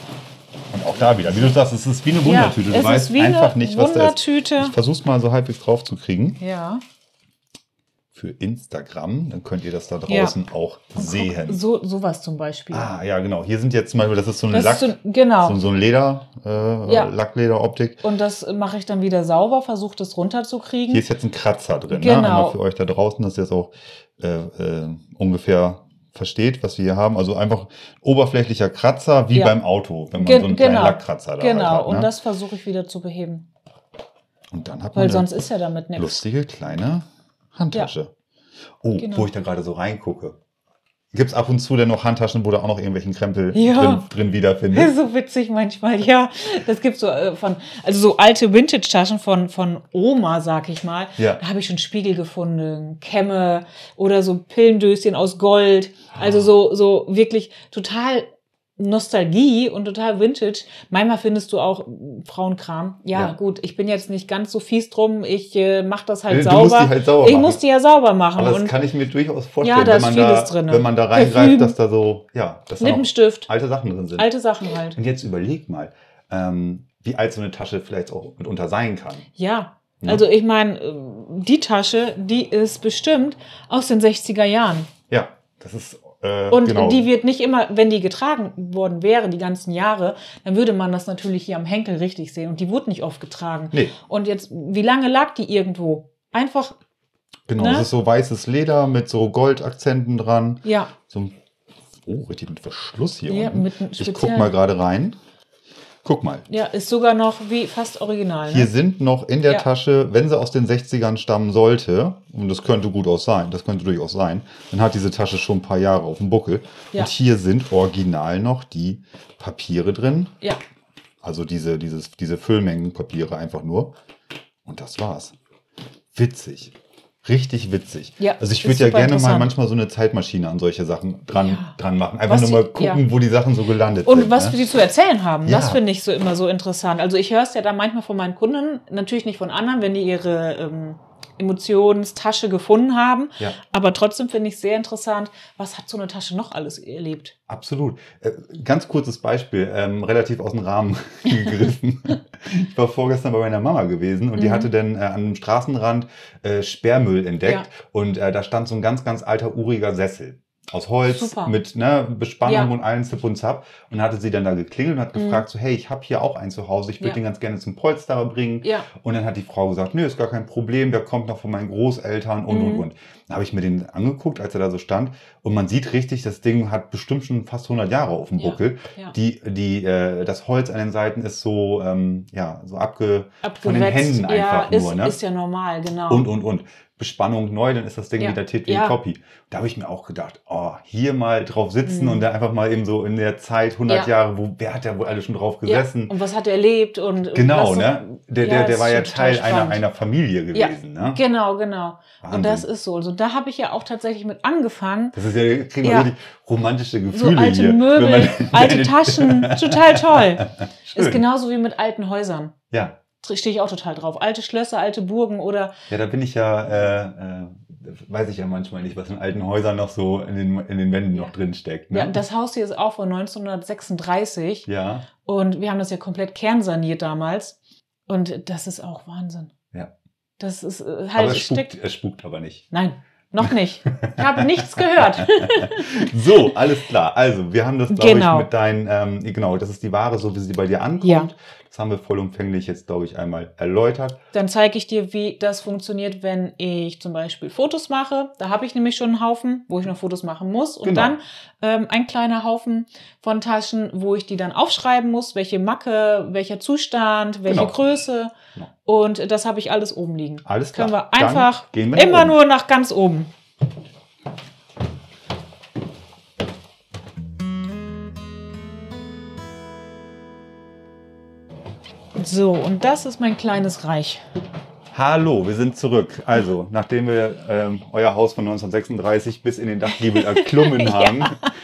Und auch da wieder, wie du sagst, es ist wie eine Wundertüte. Ja, du weißt wie einfach eine nicht, was da ist. Wundertüte. Ich versuch's mal so halbwegs drauf zu kriegen. Ja. Für Instagram, dann könnt ihr das da draußen ja. auch sehen. So sowas zum Beispiel. Ah, ja, genau. Hier sind jetzt zum Beispiel, das ist so ein das Lack, so, genau. so, so ein Leder, äh, ja. Lacklederoptik. Und das mache ich dann wieder sauber, versuche das runterzukriegen. Hier ist jetzt ein Kratzer drin. Genau. Ne? Einmal für euch da draußen, dass ihr es auch äh, äh, ungefähr versteht, was wir hier haben. Also einfach oberflächlicher Kratzer, wie ja. beim Auto, wenn man Ge- so einen genau. kleinen Lackkratzer da Genau, halt hat. Ne? und das versuche ich wieder zu beheben. Und dann hat Weil man sonst ist ja damit nichts. Lustige kleine Handtasche. Ja. Oh, genau. Wo ich da gerade so reingucke. Gibt es ab und zu denn noch Handtaschen, wo du auch noch irgendwelchen Krempel ja. drin, drin wiederfindest? So witzig manchmal, ja. Das gibt so äh, von, also so alte Vintage-Taschen von, von Oma, sag ich mal. Ja. Da habe ich schon Spiegel gefunden, Kämme oder so Pillendöschen aus Gold. Also so, so wirklich total Nostalgie und total Vintage. Manchmal findest du auch Frauenkram. Ja, ja, gut, ich bin jetzt nicht ganz so fies drum. Ich äh, mache das halt du sauber. Musst die halt sauber ich machen. muss die ja sauber machen. Aber das und kann ich mir durchaus vorstellen, ja, da wenn, ist man vieles da, drin. wenn man da reingreift, Parfüm, dass da so, ja, dass da Lippenstift, alte Sachen drin sind. Alte Sachen halt. Und jetzt überleg mal, ähm, wie alt so eine Tasche vielleicht auch mitunter sein kann. Ja, ja. Also ich meine, die Tasche, die ist bestimmt aus den sechziger Jahren. Ja, das ist Äh, und genau. die wird nicht immer, wenn die getragen worden wäre, die ganzen Jahre, dann würde man das natürlich hier am Henkel richtig sehen. Und die wurde nicht oft getragen. Nee. Und jetzt, wie lange lag die irgendwo? Einfach. Genau, ne? Es ist so weißes Leder mit so Goldakzenten dran. Ja. So, oh, richtig mit Verschluss hier Ja, unten. mit einem Ich guck speziellen- mal gerade rein. Guck mal. Ja, ist sogar noch wie fast original. Hier Ne? sind noch in der Ja. Tasche, wenn sie aus den sechzigern stammen sollte, und das könnte gut auch sein, das könnte durchaus sein, dann hat diese Tasche schon ein paar Jahre auf dem Buckel. Ja. Und hier sind original noch die Papiere drin. Ja. Also diese, dieses, diese Füllmengenpapiere einfach nur. Und das war's. Witzig. Richtig witzig. Ja, also ich ist würde ja super gerne mal interessant. manchmal so eine Zeitmaschine an solche Sachen dran, Ja. dran machen. Einfach Was nur mal die- gucken, ja. wo die Sachen so gelandet Und sind. was ne? die zu erzählen haben, Ja. das finde ich so immer so interessant. Also ich höre es ja da manchmal von meinen Kunden, natürlich nicht von anderen, wenn die ihre ähm, Emotionstasche gefunden haben. Ja. Aber trotzdem finde ich sehr interessant, was hat so eine Tasche noch alles erlebt? Absolut. Äh, ganz kurzes Beispiel, ähm, relativ aus dem Rahmen gegriffen. Ich war vorgestern bei meiner Mama gewesen und die Mhm. hatte dann äh, an einem Straßenrand äh, Sperrmüll entdeckt Ja. und äh, da stand so ein ganz, ganz alter, uriger Sessel. Aus Holz, Super. mit ne, Bespannung Ja. und allen Zip und Zap. Und hatte sie dann da geklingelt und hat Mhm. gefragt, so hey, ich habe hier auch einen zu Hause, ich würde Ja. den ganz gerne zum Polsterer bringen. Ja. Und dann hat die Frau gesagt, nö, ist gar kein Problem, der kommt noch von meinen Großeltern und, Mhm. und, und. Dann habe ich mir den angeguckt, als er da so stand. Und man sieht richtig, das Ding hat bestimmt schon fast hundert Jahre auf dem Ja, Buckel. ja. Die, die, äh, das Holz an den Seiten ist so, ähm, ja, so abge, von den Abgewetzt. Händen einfach ja, ist, nur, ne? ist ja normal, genau. Und, und, und. Bespannung neu, dann ist das Ding Ja. wieder tit wie Ja. Copy. Da habe ich mir auch gedacht, oh, hier mal drauf sitzen Mhm. und dann einfach mal eben so in der Zeit, hundert Ja. Jahre, wo, wer hat da wohl alle schon drauf ja. gesessen? Und was hat er erlebt? Und Genau, was, ne? Der, Ja, der, der ist war ja schon total Teil einer, spannend. einer Familie gewesen, ne? Genau, genau. Wahnsinn. Und das ist so. Also da habe ich ja auch tatsächlich mit angefangen. Das ist ja, kriegen wir Ja. richtig romantische So Gefühle alte hier. Möbel, wenn man- alte Taschen, total toll. Schön. Ist genauso wie mit alten Häusern. Ja. Stehe ich auch total drauf. Alte Schlösser, alte Burgen oder Ja, da bin ich ja, äh, äh, weiß ich ja manchmal nicht, was in alten Häusern noch so in den, in den Wänden Ja. noch drin steckt. Ne? ja, das Haus hier ist auch von neunzehnhundertsechsunddreißig ja. und wir haben das ja komplett kernsaniert damals und das ist auch Wahnsinn. Ja. Das ist äh, Aber halt es spukt, steckt. es spukt aber nicht. Nein, noch nicht. Ich habe nichts gehört. So, alles klar. Also, wir haben das, glaube Genau. ich, mit deinen, ähm, genau, das ist die Ware, so wie sie bei dir ankommt. Ja. Das haben wir vollumfänglich jetzt, glaube ich, einmal erläutert. Dann zeige ich dir, wie das funktioniert, wenn ich zum Beispiel Fotos mache. Da habe ich nämlich schon einen Haufen, wo ich noch Fotos machen muss. Und Genau. dann ähm, ein kleiner Haufen von Taschen, wo ich die dann aufschreiben muss, welche Macke, welcher Zustand, welche Genau. Größe. Genau. Und das habe ich alles oben liegen. Alles klar. Können wir Dann einfach gehen wir nach immer oben. nur nach ganz oben. So, und das ist mein kleines Reich. Hallo, wir sind zurück. Also, nachdem wir ähm, euer Haus von neunzehnhundertsechsunddreißig bis in den Dachgiebel erklommen haben,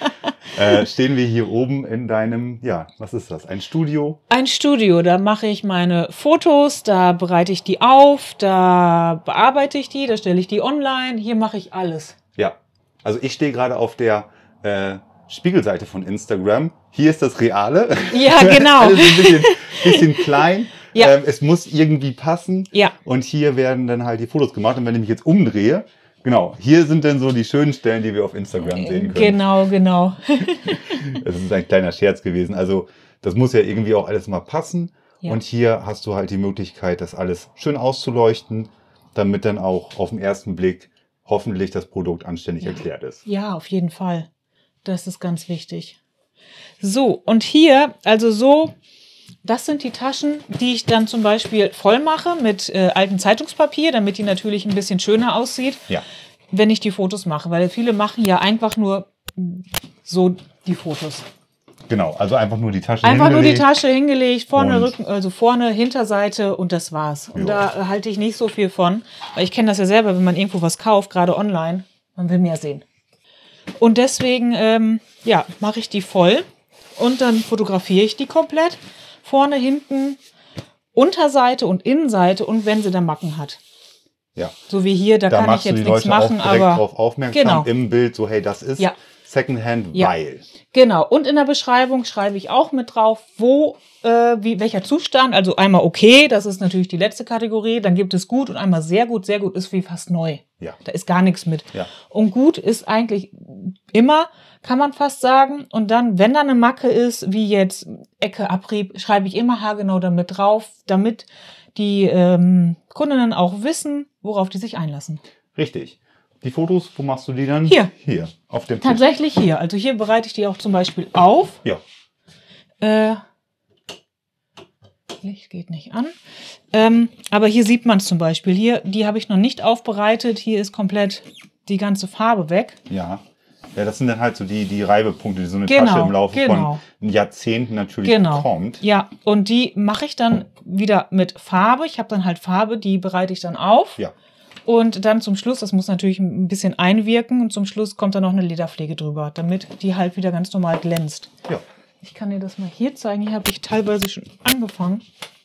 äh, stehen wir hier oben in deinem, ja, was ist das? Ein Studio? Ein Studio, da mache ich meine Fotos, da bereite ich die auf, da bearbeite ich die, da stelle ich die online, hier mache ich alles. Ja. Also ich stehe gerade auf der äh, Spiegelseite von Instagram. Hier ist das Reale. Ja, genau. Alles ein bisschen, bisschen klein. Ja. Ähm, es muss irgendwie passen. Ja. Und hier werden dann halt die Fotos gemacht. Und wenn ich mich jetzt umdrehe, genau, hier sind dann so die schönen Stellen, die wir auf Instagram sehen können. Genau, genau. Das ist ein kleiner Scherz gewesen. Also das muss ja irgendwie auch alles mal passen. Ja. Und hier hast du halt die Möglichkeit, das alles schön auszuleuchten, damit dann auch auf den ersten Blick hoffentlich das Produkt anständig Ja. erklärt ist. Ja, auf jeden Fall. Das ist ganz wichtig. So, und hier, also so, das sind die Taschen, die ich dann zum Beispiel voll mache mit äh, altem Zeitungspapier, damit die natürlich ein bisschen schöner aussieht, Ja. wenn ich die Fotos mache. Weil viele machen ja einfach nur so die Fotos. Genau, also einfach nur die Tasche Einfach nur die hingelegt. Tasche hingelegt, vorne, Und- Rücken, also vorne, Hinterseite und das war's. Und Ja. da äh, halte ich nicht so viel von, weil ich kenne das ja selber, wenn man irgendwo was kauft, gerade online, man will mehr sehen. Und deswegen, ähm, ja, mache ich die voll und dann fotografiere ich die komplett. Vorne, hinten, Unterseite und Innenseite und wenn sie dann Macken hat. Ja. So wie hier, da, Da kann ich machst du jetzt die nichts Leute machen, auch direkt aber drauf aufmerksam Genau. im Bild, so hey, das ist Ja. Secondhand, Ja. weil. genau. Und in der Beschreibung schreibe ich auch mit drauf, wo, äh, wie, welcher Zustand. Also einmal okay, das ist natürlich die letzte Kategorie. Dann gibt es gut und einmal sehr gut. Sehr gut ist wie fast neu. Ja. Da ist gar nichts mit. Ja. Und gut ist eigentlich immer, kann man fast sagen. Und dann, wenn da eine Macke ist, wie jetzt Ecke, Abrieb, schreibe ich immer haargenau damit drauf, damit die ähm, Kundinnen auch wissen, worauf die sich einlassen. Richtig. Die Fotos, wo machst du die dann? Hier. Hier, auf dem Tisch. Tatsächlich hier. Also hier bereite ich die auch zum Beispiel auf. Ja. Äh, Licht geht nicht an. Ähm, aber hier sieht man es zum Beispiel. Hier, die habe ich noch nicht aufbereitet. Hier ist komplett die ganze Farbe weg. Ja. Ja, das sind dann halt so die, die Reibepunkte, die so eine Genau, Tasche im Laufe genau. von Jahrzehnten natürlich Genau. bekommt. Ja, und die mache ich dann wieder mit Farbe. Ich habe dann halt Farbe, die bereite ich dann auf. Ja. Und dann zum Schluss, das muss natürlich ein bisschen einwirken, und zum Schluss kommt dann noch eine Lederpflege drüber, damit die halt wieder ganz normal glänzt. Ja. Ich kann dir das mal hier zeigen. Hier habe ich teilweise schon angefangen.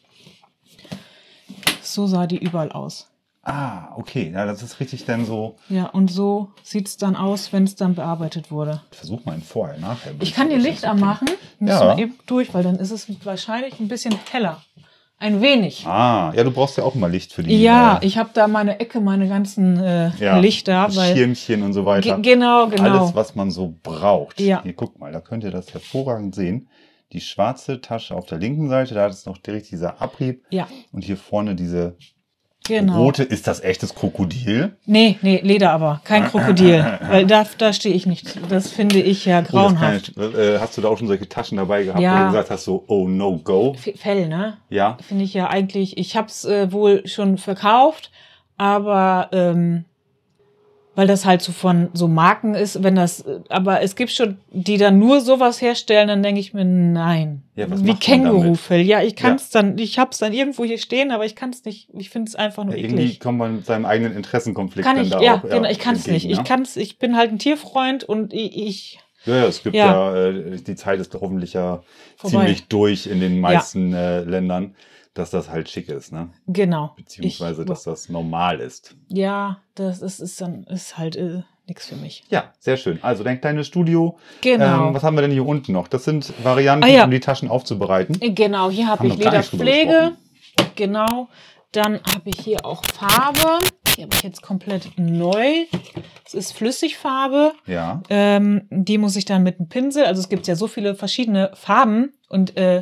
So sah die überall aus. Ah, okay. Ja, das ist richtig dann so. Ja, und so sieht es dann aus, wenn es dann bearbeitet wurde. Versuch mal in vorher, nachher. Ich kann dir Licht anmachen. Müssen Ja. wir eben durch, weil dann ist es wahrscheinlich ein bisschen heller. Ein wenig. Ah, ja, du brauchst ja auch mal Licht für die. Ja, äh, ich habe da meine Ecke, meine ganzen äh, ja, Lichter. Weil Schirmchen und so weiter. Ge- genau, genau. Alles, was man so braucht. Ja. Hier, guck mal, da könnt ihr das hervorragend sehen. Die schwarze Tasche auf der linken Seite, da ist noch direkt dieser Abrieb. Ja, Und hier vorne diese genau. rote, ist das echtes Krokodil? Nee, nee, Leder aber, kein Krokodil. Weil da, da stehe ich nicht. Das finde ich ja Oh, das grauenhaft. kann ich, äh, hast du da auch schon solche Taschen dabei gehabt, Ja. wo du gesagt hast, so, oh no, go? F- Fell, ne? Ja. Finde ich ja eigentlich, ich habe es äh, wohl schon verkauft, aber ähm, weil das halt so von so Marken ist, wenn das, äh, aber es gibt schon, die dann nur sowas herstellen, dann denke ich mir, nein. Ja, was Wie macht man Kängurufell. Ja, ich kann es Ja. dann, ich habe es dann irgendwo hier stehen, aber ich kann es nicht, ich finde es einfach nur Ja, irgendwie eklig. kommt man mit seinem eigenen Interessenkonflikt Kann dann ich, da ja, auch. genau, ich kann es nicht. entgegen, Ich kann's, ich bin halt ein Tierfreund und ich, ich Ja, ja, es gibt Ja. ja, äh, die Zeit ist hoffentlich ja Vorbei. ziemlich durch in den meisten äh, Ländern, dass das halt schick ist, ne? genau. Beziehungsweise, ich, dass das normal ist. Ja, das ist, ist dann, ist halt äh, nichts für mich. Ja, sehr schön. Also dein kleines Studio. Genau. Ähm, was haben wir denn hier unten noch? Das sind Varianten, Ah, ja. um die Taschen aufzubereiten. Genau, hier habe Haben ich wir gar nicht drüber Lederpflege. Genau. Dann habe ich hier auch Farbe. Die habe ich jetzt komplett neu. Es ist Flüssigfarbe. Ja. Ähm, die muss ich dann mit einem Pinsel, also es gibt ja so viele verschiedene Farben und äh,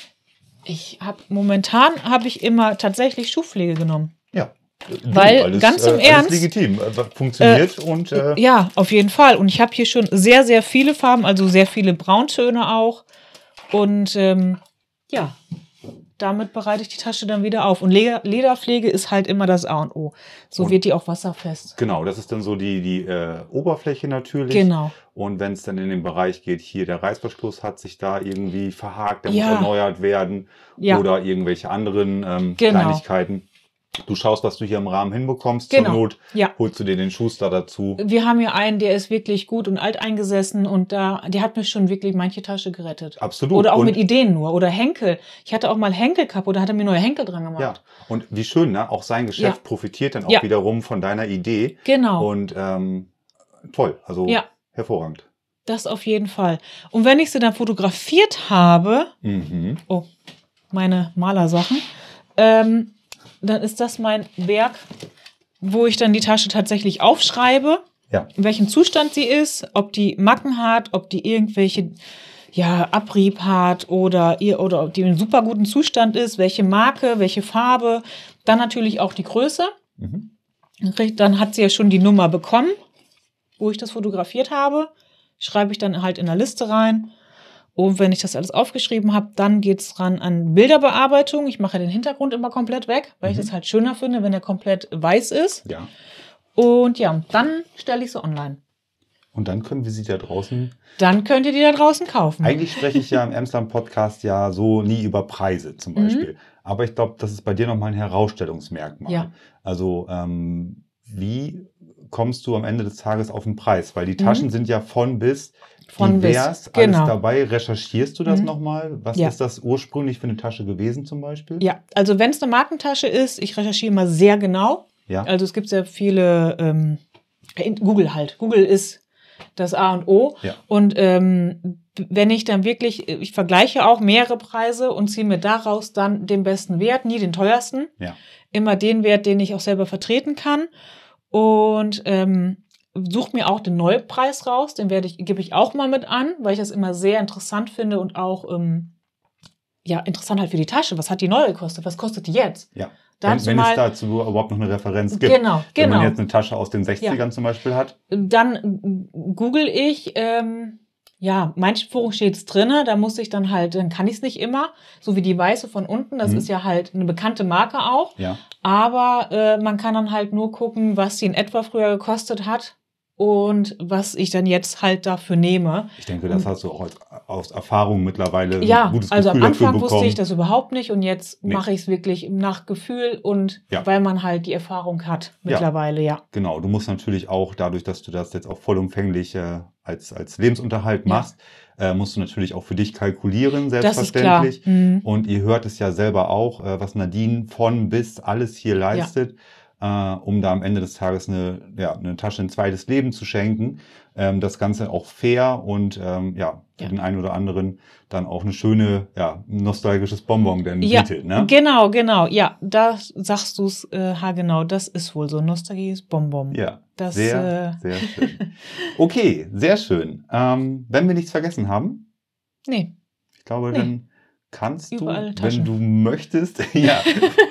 ich habe momentan habe ich immer tatsächlich Schuhpflege genommen. Ja. Weil, ganz im äh, Ernst, alles legitim. Äh, Funktioniert und äh, Ja, auf jeden Fall. Und ich habe hier schon sehr, sehr viele Farben, also sehr viele Brauntöne auch. Und ähm, ja, damit bereite ich die Tasche dann wieder auf. Und Leder, Lederpflege ist halt immer das A und O. So Und- wird die auch wasserfest. genau, das ist dann so die, die äh, Oberfläche natürlich. Genau. Und wenn es dann in den Bereich geht, hier der Reißverschluss hat sich da irgendwie verhakt, der Ja. muss erneuert werden Ja. oder irgendwelche anderen ähm, Genau. Kleinigkeiten. Du schaust, was du hier im Rahmen hinbekommst. Genau. Zur Not Ja. holst du dir den Schuster dazu. Wir haben hier einen, der ist wirklich gut und alt eingesessen und da, der hat mir schon wirklich manche Tasche gerettet. Absolut. Oder auch und, mit Ideen nur. Oder Henkel. Ich hatte auch mal Henkel kaputt, da hat er mir neue Henkel dran gemacht. ja. Und wie schön, ne? Auch sein Geschäft Ja. profitiert dann auch Ja. wiederum von deiner Idee. Genau. Und ähm, toll, also Ja. hervorragend. Das auf jeden Fall. Und wenn ich sie dann fotografiert habe, Mhm. oh, meine Malersachen, ähm, dann ist das mein Werk, wo ich dann die Tasche tatsächlich aufschreibe, Ja. in welchem Zustand sie ist, ob die Macken hat, ob die irgendwelche ja, Abrieb hat oder, ihr, oder ob die in super guten Zustand ist, welche Marke, welche Farbe, dann natürlich auch die Größe. Mhm. Dann kriegt- Dann hat sie ja schon die Nummer bekommen, wo ich das fotografiert habe. Schreibe ich dann halt in der Liste rein. Und wenn ich das alles aufgeschrieben habe, dann geht's ran an Bilderbearbeitung. Ich mache den Hintergrund immer komplett weg, weil ich Mhm. das halt schöner finde, wenn er komplett weiß ist. Ja. Und ja, dann stelle ich sie online. Und dann können wir sie da draußen. Dann könnt ihr die da draußen kaufen. Eigentlich spreche ich ja im Emsland-Podcast ja so nie über Preise zum Mhm. Beispiel. Aber ich glaube, das ist bei dir nochmal ein Herausstellungsmerkmal. Ja. Also ähm, wie kommst du am Ende des Tages auf den Preis? Weil die Taschen sind ja von bis Mhm. Von bis, divers, genau. alles dabei. Recherchierst du das Mhm. nochmal? Was Ja. ist das ursprünglich für eine Tasche gewesen zum Beispiel? Ja, also wenn es eine Markentasche ist, ich recherchiere immer sehr genau. Ja. Also es gibt sehr viele, ähm, in Google halt. Google ist das A und O. Ja. Und ähm, wenn ich dann wirklich, ich vergleiche auch mehrere Preise und ziehe mir daraus dann den besten Wert, nie den teuersten. Ja. Immer den Wert, den ich auch selber vertreten kann. Und ähm, suche mir auch den Neupreis raus, den werde ich, gebe ich auch mal mit an, weil ich das immer sehr interessant finde und auch ähm, ja, interessant halt für die Tasche. Was hat die neu gekostet? Was kostet die jetzt? Ja. Dazu wenn wenn mal, es dazu überhaupt noch eine Referenz gibt. Genau, genau. Wenn man jetzt eine Tasche aus den sechzigern ja. zum Beispiel hat. Dann google ich, ähm, ja, manche Foren steht es drin, da muss ich dann halt, dann kann ich es nicht immer, so wie die weiße von unten, das mhm. ist ja halt eine bekannte Marke auch. Ja. Aber äh, man kann dann halt nur gucken, was sie in etwa früher gekostet hat. Und was ich dann jetzt halt dafür nehme. Ich denke, das hast du auch als, aus Erfahrung mittlerweile ja, ein gutes also Gefühl am Anfang dafür bekommen. wusste ich das überhaupt nicht und jetzt nee. mache ich es wirklich nach Gefühl und ja. weil man halt die Erfahrung hat mittlerweile, ja. ja. Genau, du musst natürlich auch, dadurch, dass du das jetzt auch vollumfänglich äh, als, als Lebensunterhalt machst, ja. äh, musst du natürlich auch für dich kalkulieren, selbstverständlich. Das ist klar. Mhm. Und ihr hört es ja selber auch, äh, was Nadine von bis alles hier leistet. Ja. Uh, um da am Ende des Tages eine, ja, eine Tasche ein zweites Leben zu schenken. Ähm, das Ganze auch fair und ähm, ja, für ja. den einen oder anderen dann auch eine schöne, ja, nostalgisches Bonbon dann ja, bietet. Ne? Genau, genau. Ja, da sagst du es äh, haargenau. Das ist wohl so ein nostalgisches Bonbon. Ja, das, sehr, äh, sehr schön. Okay, sehr schön. Ähm, wenn wir nichts vergessen haben? Nee. Ich glaube, nee. dann kannst Überall du, Taschen. wenn du möchtest, ja.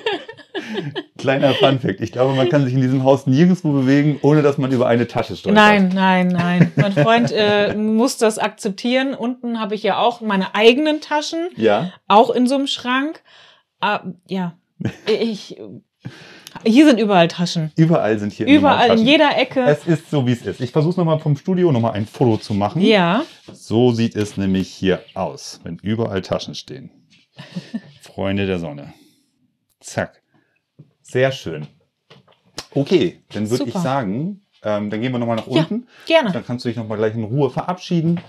Kleiner Funfact. Ich glaube, man kann sich in diesem Haus nirgendwo bewegen, ohne dass man über eine Tasche stolpert. Nein, nein, nein. Mein Freund äh, muss das akzeptieren. Unten habe ich ja auch meine eigenen Taschen. Ja. Auch in so einem Schrank. Uh, ja. Ich, hier sind überall Taschen. Überall sind hier Überall, Taschen. In jeder Ecke. Es ist so, wie es ist. Ich versuche es nochmal vom Studio nochmal ein Foto zu machen. Ja. So sieht es nämlich hier aus, wenn überall Taschen stehen. Freunde der Sonne. Zack. Sehr schön. Okay, dann würde ich sagen, ähm, dann gehen wir nochmal nach unten. Ja, gerne. Dann kannst du dich nochmal gleich in Ruhe verabschieden.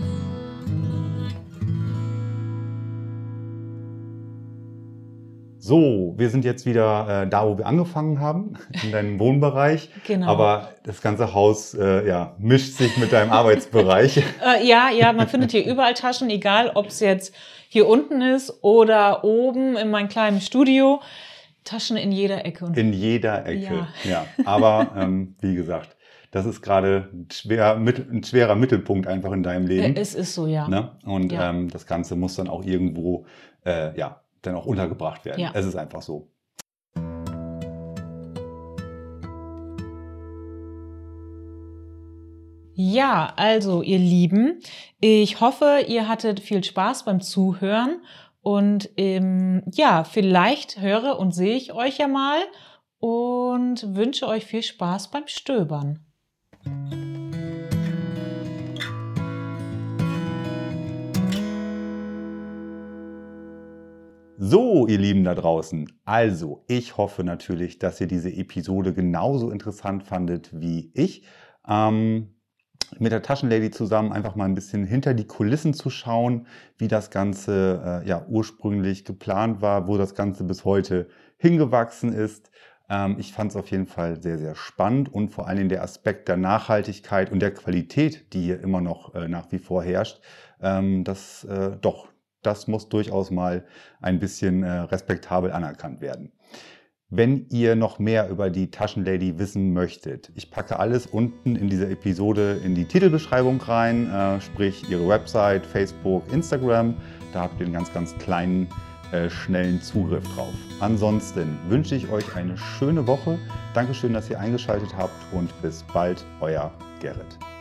So, wir sind jetzt wieder äh, da, wo wir angefangen haben, in deinem Wohnbereich. Genau. Aber das ganze Haus äh, ja, mischt sich mit deinem Arbeitsbereich. Äh, ja, ja, man findet hier überall Taschen, egal ob es jetzt hier unten ist oder oben in meinem kleinen Studio. Taschen in jeder Ecke. In jeder Ecke, ja. ja. Aber ähm, wie gesagt, das ist gerade ein, schwer, mit, ein schwerer Mittelpunkt einfach in deinem Leben. Äh, es ist so, ja. Ne? Und ja. Ähm, das Ganze muss dann auch irgendwo, äh, ja, dann auch untergebracht werden. Ja. Es ist einfach so. Ja, also ihr Lieben, ich hoffe, ihr hattet viel Spaß beim Zuhören. Und ähm, ja, vielleicht höre und sehe ich euch ja mal und wünsche euch viel Spaß beim Stöbern. So, ihr Lieben da draußen. Also, ich hoffe natürlich, dass ihr diese Episode genauso interessant fandet wie ich. Ähm, mit der Taschenlady zusammen einfach mal ein bisschen hinter die Kulissen zu schauen, wie das Ganze äh, ja ursprünglich geplant war, wo das Ganze bis heute hingewachsen ist. Ähm, ich fand es auf jeden Fall sehr, sehr spannend und vor allem der Aspekt der Nachhaltigkeit und der Qualität, die hier immer noch äh, nach wie vor herrscht, ähm, das äh, doch, das muss durchaus mal ein bisschen äh, respektabel anerkannt werden. Wenn ihr noch mehr über die Taschenlady wissen möchtet, ich packe alles unten in dieser Episode in die Titelbeschreibung rein, äh, sprich ihre Website, Facebook, Instagram. Da habt ihr einen ganz, ganz kleinen, äh, schnellen Zugriff drauf. Ansonsten wünsche ich euch eine schöne Woche. Dankeschön, dass ihr eingeschaltet habt und bis bald, euer Gerrit.